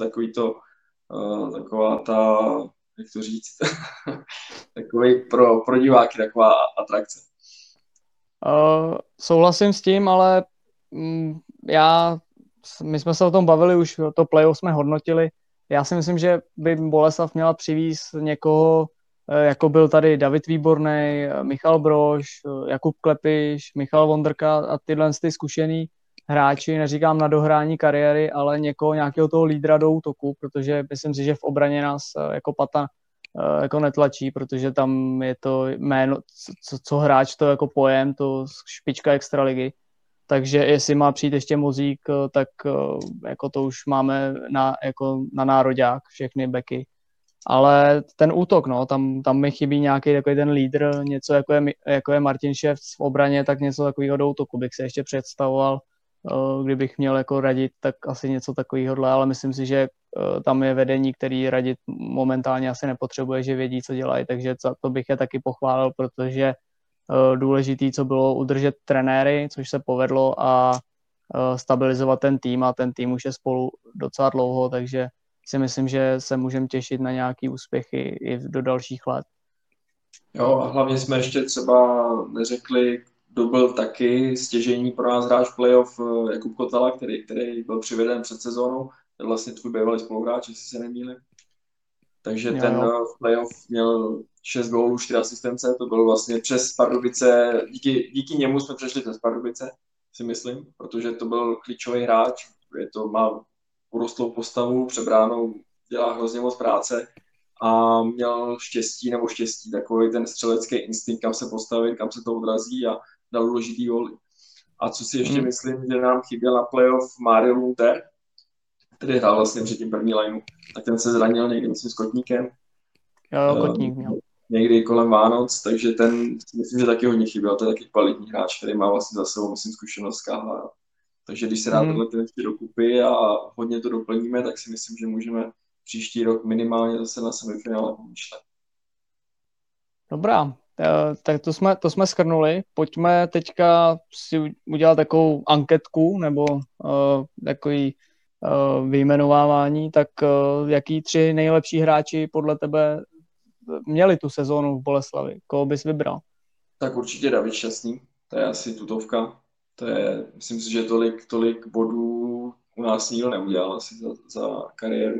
taková ta, jak to říct, takový pro diváky taková atrakce. Souhlasím s tím, ale my jsme se o tom bavili, už to playoff jsme hodnotili. Já si myslím, že by Boleslav měla přivízt někoho, jako byl tady David Výborný, Michal Brož, Jakub Klepiš, Michal Vondrka a tyhle ty zkušený hráči, neříkám na dohrání kariéry, ale nějakého toho lídra do útoku, protože myslím si, že v obraně nás jako Pata jako netlačí, protože tam je to jméno, co hráč, to jako pojem, to špička extraligy. Takže jestli má přijít ještě Mozík, tak jako to už máme na nároďák, všechny beky. Ale ten útok, no, tam mi chybí nějaký takový ten lídr, něco jako je Martin Ševc v obraně, tak něco takového do útoku bych se ještě představoval. Kdybych měl jako radit, tak asi něco takového, ale myslím si, že tam je vedení, který radit momentálně asi nepotřebuje, že vědí, co dělají, takže to bych je taky pochválil, protože důležitý, co bylo udržet trenéry, což se povedlo a stabilizovat ten tým a ten tým už je spolu docela dlouho, takže si myslím, že se můžeme těšit na nějaký úspěchy i do dalších let. Jo, a hlavně jsme ještě třeba neřekli, kdo byl taky stěžejní pro nás hráč playoff Jakub Kotala, který byl přiveden před sezónou, to je vlastně tvůj bývalý spoluhráč, jestli se nemýlím. Takže ten v playoff měl 6 gólů, 4 asistence, to bylo vlastně přes Pardubice, díky němu jsme přešli přes Pardubice, si myslím, protože to byl klíčový hráč, má urostlou postavu, přebránou, dělá hrozně moc práce a měl štěstí, takový ten střelecký instinkt, kam se postavit, kam se to odrazí a dal důležitý góly. A co si ještě myslím, že nám chyběl na playoff Mario Lunter, který hrál vlastně před tím první lineu, tak ten se zranil někdy, myslím, s Kotníkem. Jo, Kotník měl. Někdy kolem Vánoc, takže ten si myslím, že taky hodně chyběl. To je taky kvalitní hráč, který má vlastně za sebou, myslím, zkušenost z KHL. Takže když se dá tenhle ten dokupy a hodně to doplníme, tak si myslím, že můžeme příští rok minimálně zase na semifinále pomýšlet. Dobrá, tak to jsme shrnuli. Pojďme teďka si udělat takovou anketku nebo takový vyjmenovávání. Tak jaký 3 nejlepší hráči podle tebe měli tu sezónu v Boleslavi? Koho bys vybral? Tak určitě David Šťastný, to je asi tutovka. To je, myslím si, že tolik bodů u nás nikdo neudělal asi za kariéru.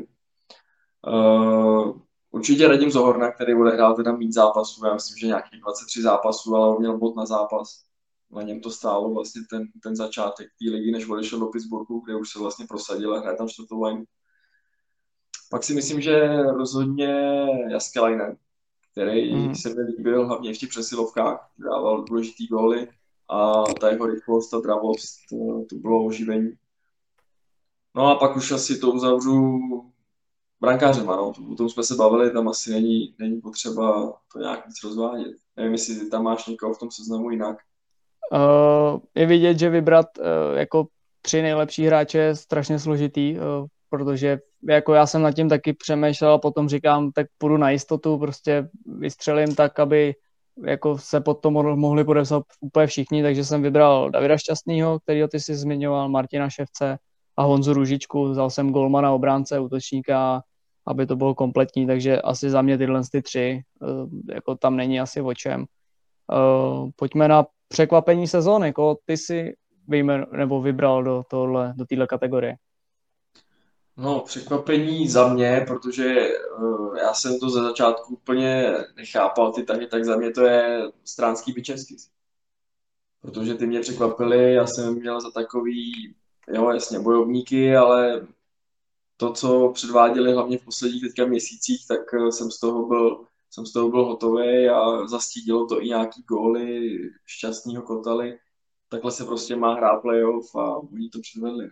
Určitě Radim Zohorna, který odehrál teda mít zápasů, já myslím, že nějakých 23 zápasů, ale on měl bod na zápas. Na něm to stálo vlastně ten začátek té ligy, než odešel do Pittsburghu, kde už se vlastně prosadil a hraje tam 4. line. Pak si myslím, že rozhodně Jaskelainen, který se mi líbil hlavně v těch přesilovkách, dával důležitý góly a ta jeho rychlost a dravost, to bylo oživení. No a pak už asi to uzavřu brankářem, ano, o tom jsme se bavili, tam asi není potřeba to nějak víc rozvádět. Nevím, jestli tam máš někoho v tom seznamu jinak. Je vidět, že vybrat jako 3 nejlepší hráče je strašně složitý, protože jako já jsem nad tím taky přemýšlel a potom říkám, tak půjdu na jistotu, prostě vystřelím tak, aby jako se pod to mohli podepsat úplně všichni, takže jsem vybral Davida Šťastnýho, kterýho ty jsi zmiňoval, Martina Ševce a Honzu Růžičku, vzal jsem golmana, obránce, útočníka, aby to bylo kompletní, takže asi za mě tyhle 3, jako tam není asi o čem. Pojďme na překvapení sezóny, koho ty si vybral do téhle kategorie? No, překvapení za mě, protože já jsem to ze začátku úplně nechápal, ty tahy, tak za mě to je Stránský Byčevský. Protože ty mě překvapily, já jsem měl za takový, jo, jasně, bojovníky, ale to, co předváděli hlavně v posledních teďka měsících, tak jsem z toho byl hotový a zastídilo to i nějaký góly Šťastného Kotaly. Takhle se prostě má hrát playoff a oni to předvedli.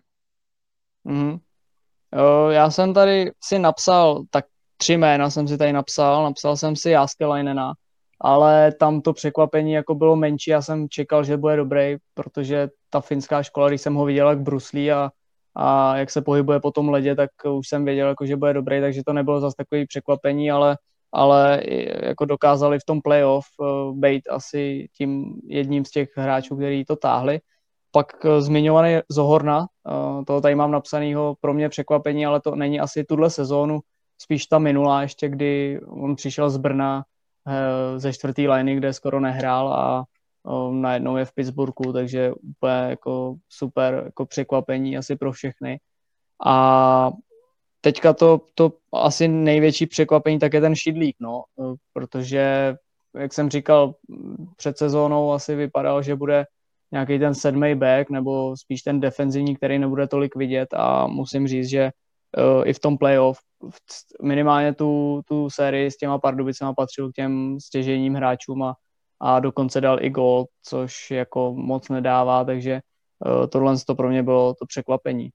Já jsem tady si napsal, tak 3 jména jsem si tady napsal jsem si Jaskelainena, ale tam to překvapení jako bylo menší, já jsem čekal, že bude dobrý, protože ta finská škola, když jsem ho viděl jak bruslí a jak se pohybuje po tom ledě, tak už jsem věděl, jako, že bude dobrý, takže to nebylo zase takový překvapení, ale jako dokázali v tom playoff být asi tím jedním z těch hráčů, který to táhli. Pak zmiňovaný Zohorna, toho tady mám napsanýho, pro mě překvapení, ale to není asi tuhle sezónu, spíš ta minulá ještě, kdy on přišel z Brna ze 4. liney, kde skoro nehrál a najednou je v Pittsburghu, takže úplně jako super jako překvapení asi pro všechny. A teďka to asi největší překvapení tak je ten Šidlík, no, protože, jak jsem říkal, před sezónou asi vypadal, že bude nějaký ten 7. back, nebo spíš ten defenzivní, který nebude tolik vidět a musím říct, že i v tom playoff minimálně tu sérii s těma Pardubicema patřil k těm stěžejním hráčům a dokonce dal i gól, což jako moc nedává, takže tohle to pro mě bylo to překvapení.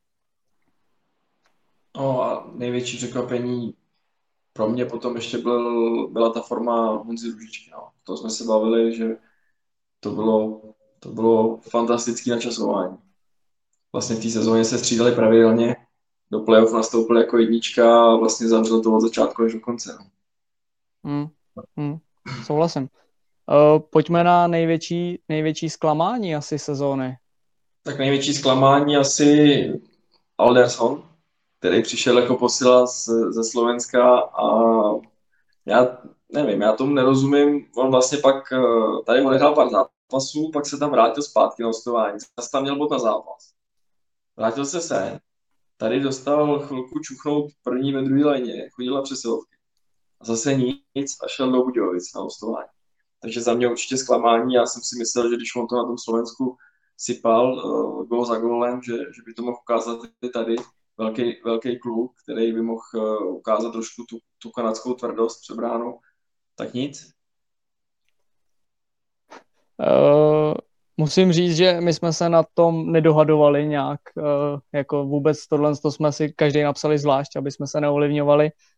No a největší překvapení pro mě potom ještě byla ta forma Honzy Růžičky. No. To jsme se bavili, že to bylo fantastické načasování. Vlastně v té sezóně se střídali pravidelně, do playoff nastoupil jako jednička a vlastně zavřel to od začátku až do konce. No. Souhlasím. Pojďme na největší zklamání asi sezóny. Tak největší zklamání asi Alderson, který přišel jako posila ze Slovenska a já nevím, já tomu nerozumím. On vlastně pak tady odehrál pár zápasů, pak se tam vrátil zpátky na hostování. Zase tam měl bod na zápas. Vrátil se sem. Tady dostal chvilku čuchnout první ve druhé léně, chodil na přesilovky. A zase nic a šel do Budějovic na hostování. Takže za mě určitě zklamání. Já jsem si myslel, že když on to na tom Slovensku sypal gól za gólem, že by to mohl ukázat i tady. Velký kluk, který by mohl ukázat trošku tu kanadskou tvrdost přebránou. Tak nic. Musím říct, že my jsme se na tom nedohadovali nějak, jako vůbec tohle jsme si každý napsali zvlášť, aby jsme se neovlivňovali.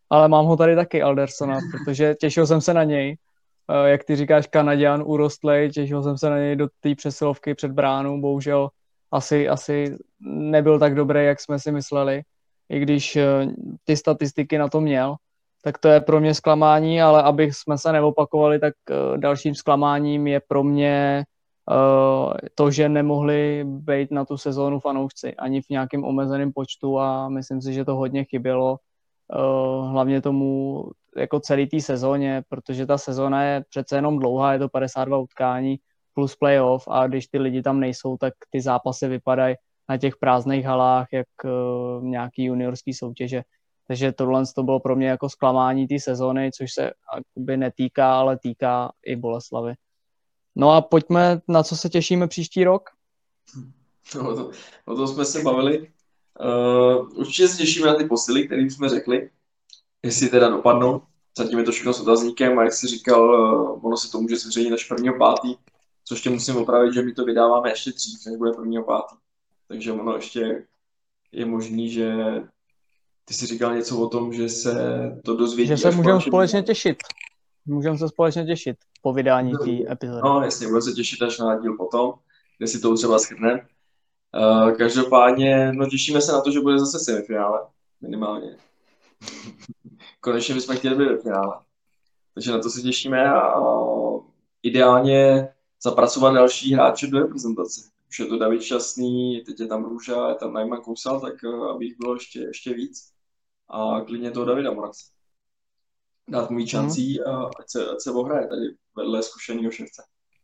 ale mám ho tady taky, Aldersona, protože těšil jsem se na něj. Jak ty říkáš, Kanaďan urostlej, těšil jsem se na něj do té přesilovky před bránu, bohužel asi nebyl tak dobrý, jak jsme si mysleli, i když ty statistiky na to měl, tak to je pro mě zklamání, ale aby jsme se neopakovali, tak dalším zklamáním je pro mě to, že nemohli být na tu sezónu fanoušci ani v nějakém omezeném počtu a myslím si, že to hodně chybělo. Hlavně tomu jako celý té sezóně, protože ta sezóna je přece jenom dlouhá, je to 52 utkání plus playoff a když ty lidi tam nejsou, tak ty zápasy vypadají na těch prázdných halách, jak nějaký juniorský soutěže. Takže tohle to bylo pro mě jako zklamání té sezóny, což se jakoby netýká, ale týká i Boleslavy. No a pojďme, na co se těšíme příští rok? O tom jsme se bavili. Určitě se těšíme na ty posily, které jsme řekli, jestli teda dopadnou. Zatím je to všechno s otazníkem a jak jsi říkal, ono se to může zveřejnit až 1.5., což tě musím opravit, že my to vydáváme ještě dřív, než bude 1.5. Takže ono ještě je možný, že ty jsi říkal něco o tom, že se to dozvědí. Že se můžeme společně těšit. Můžeme se společně těšit po vydání té epizody. No jasně, budeme se těšit až na díl potom, kde si to třeba shrneme. Každopádně, no těšíme se na to, že bude zase semifinále, minimálně. Konečně bychom chtěli být ve finále. Takže na to se těšíme a ideálně zapracovat další hráče do reprezentace. Už je to David Šťastný, teď je tam Růža, je tam Najman Kousal, tak aby jich bylo ještě víc. A klidně toho Davida Morace. Dát mu víc šancí a ať se ohraje tady vedle zkušenýho ševce.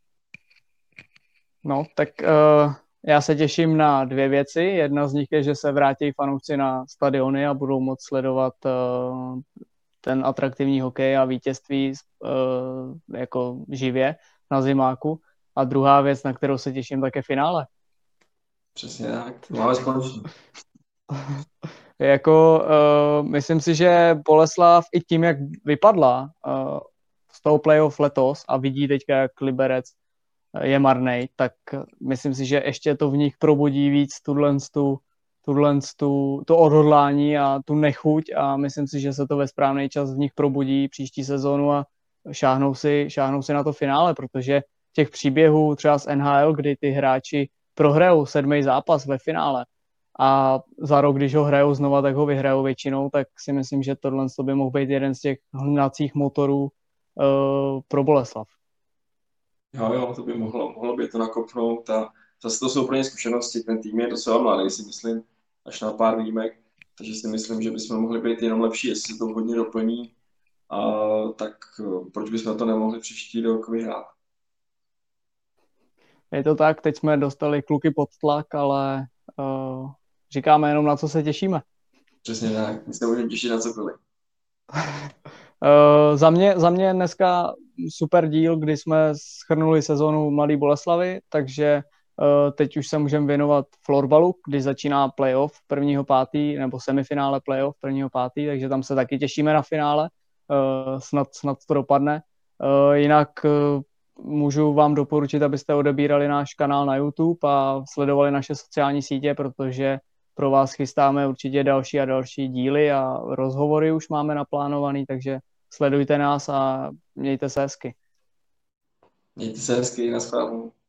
No, tak já se těším na dvě věci. Jedna z nich je, že se vrátí fanoušci na stadiony a budou moct sledovat ten atraktivní hokej a vítězství jako živě na zimáku. A druhá věc, na kterou se těším, tak je finále. Přesně tak, máme společně. Myslím si, že Boleslav i tím, jak vypadla z toho playoff letos a vidí teďka, jak Liberec je marnej, tak myslím si, že ještě to v nich probudí víc to odhodlání a tu nechuť a myslím si, že se to ve správný čas v nich probudí příští sezónu a šáhnou si na to finále, protože těch příběhů třeba z NHL, kdy ty hráči prohrajou 7. zápas ve finále a za rok, když ho hrajou znova, tak ho vyhrajou většinou, tak si myslím, že tohle by mohl být jeden z těch hnacích motorů pro Boleslav. Jo, to by mohlo by to nakopnout a zase to jsou pro ně zkušenosti, ten tým je docela mladý, si myslím, až na pár výjimek, takže si myslím, že bychom mohli být jenom lepší, jestli se to hodně doplní, tak proč bychom to nemohli příští rok vyhrát. Je to tak, teď jsme dostali kluky pod tlak, ale říkáme jenom, na co se Přesně tak, my se můžeme těšit na cokoliv. Za mě dneska super díl, kdy jsme shrnuli sezonu Mladé Boleslavy, takže teď už se můžeme věnovat florbalu, kdy začíná playoff 1.5. nebo semifinále playoff 1.5., takže tam se taky těšíme na finále, snad to dopadne. Jinak můžu vám doporučit, abyste odebírali náš kanál na YouTube a sledovali naše sociální sítě, protože pro vás chystáme určitě další a další díly a rozhovory už máme naplánovaný, takže sledujte nás a mějte se hezky. Mějte se hezky, na shledanou.